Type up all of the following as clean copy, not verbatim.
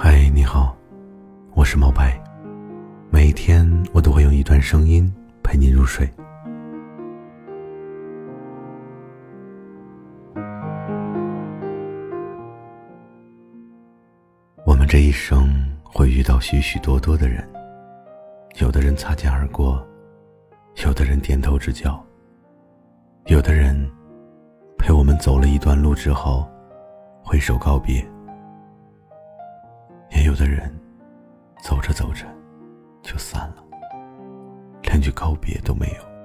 嗨，你好，我是毛白。每一天我都会用一段声音陪你入睡。我们这一生会遇到许许多多的人，有的人擦肩而过，有的人点头之交，有的人陪我们走了一段路之后挥手告别，也有的人走着走着就散了，连句告别都没有。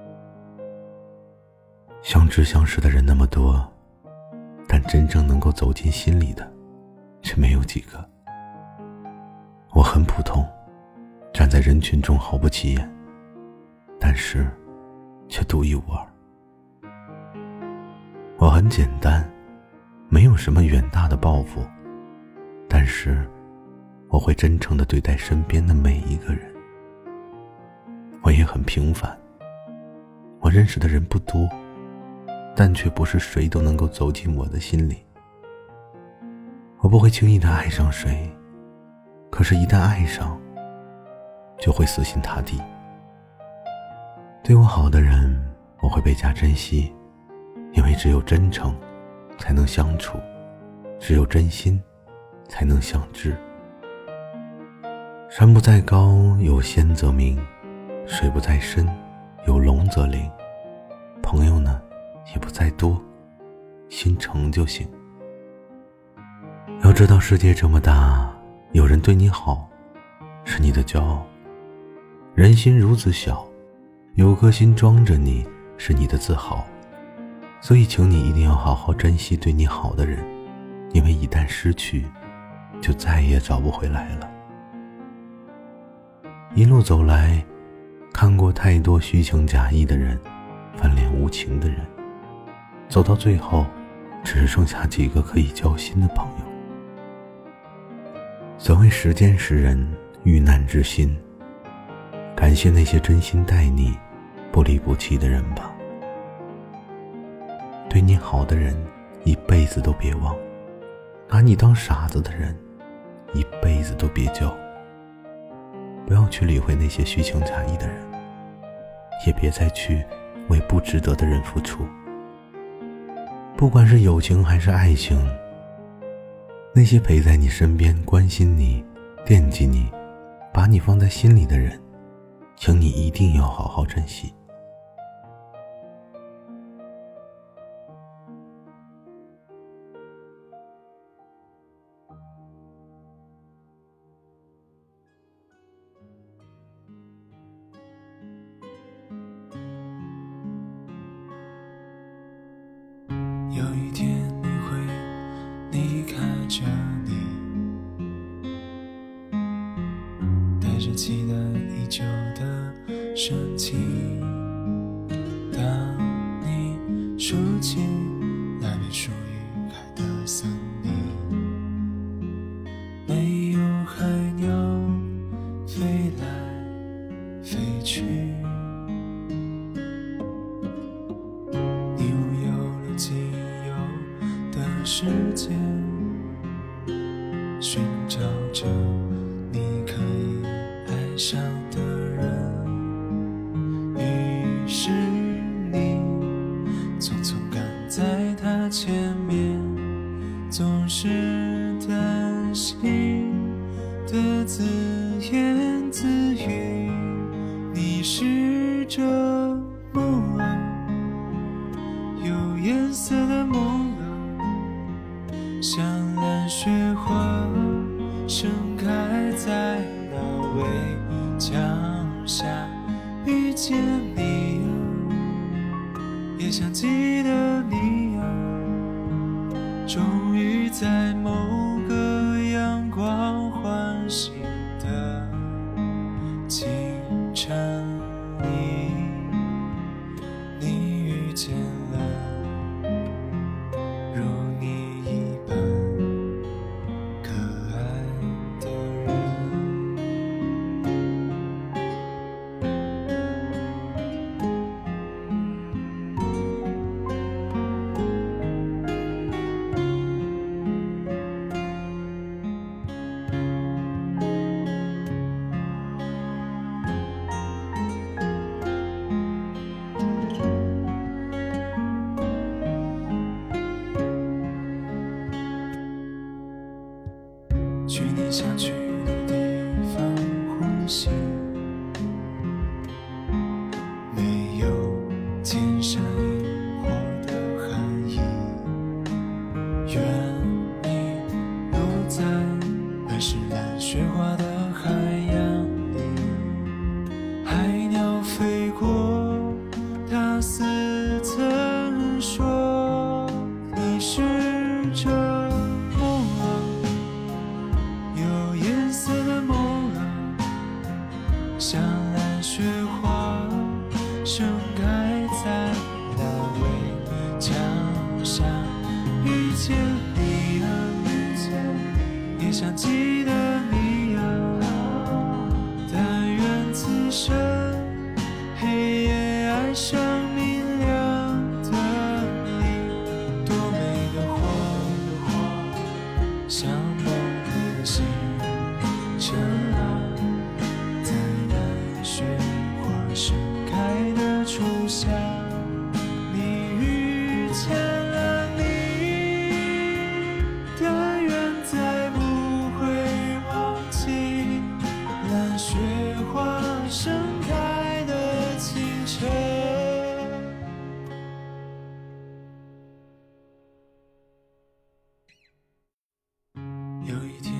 相知相识的人那么多，但真正能够走进心里的却没有几个。我很普通，站在人群中毫不起眼，但是却独一无二。我很简单，没有什么远大的抱负，但是我会真诚地对待身边的每一个人。我也很平凡，我认识的人不多，但却不是谁都能够走进我的心里。我不会轻易地爱上谁，可是一旦爱上，就会死心塌地。对我好的人，我会倍加珍惜，因为只有真诚才能相处，只有真心才能相知。山不在高，有仙则名；水不在深，有龙则灵。朋友呢，也不在多，心诚就行。要知道世界这么大，有人对你好，是你的骄傲；人心如此小，有颗心装着你，是你的自豪。所以请你一定要好好珍惜对你好的人，因为一旦失去，就再也找不回来了。一路走来，看过太多虚情假意的人，翻脸无情的人，走到最后，只剩下几个可以交心的朋友。所谓时间识人，遇难之心，感谢那些真心待你、不离不弃的人吧。对你好的人，一辈子都别忘；拿你当傻子的人，一辈子都别交。不要去理会那些虚情假意的人，也别再去为不值得的人付出。不管是友情还是爱情，那些陪在你身边、关心你、惦记你、把你放在心里的人，请你一定要好好珍惜。 有一天你会离开这里，带着期待已久的深情。当你说起那片属于海的森林，没有海鸟飞来飞去，时间寻找着你可以爱上的人，于是你匆匆赶在他前面，总是担心的自言自语。你是这木偶，有颜色的木偶，像蓝雪花盛开在那围墙下，遇见你也想记得你终于在某个阳光唤醒的清晨里，你遇见了如你一般可爱的人。 去你想去的地方呼吸，没有天上萤火的含义。愿你留在满是蓝雪花的海洋里，海鸟飞过，它似曾说你是这梦啊，有颜色的梦啊，像蓝雪花盛开在那围墙上。遇见你啊，也想记得你啊，但愿此生黑夜爱上明亮的你。多美的花，像梦里的星辰啊，在那雪花盛开的初夏，你遇见了你，但愿再不会忘记蓝雪花盛开的清晨。有一天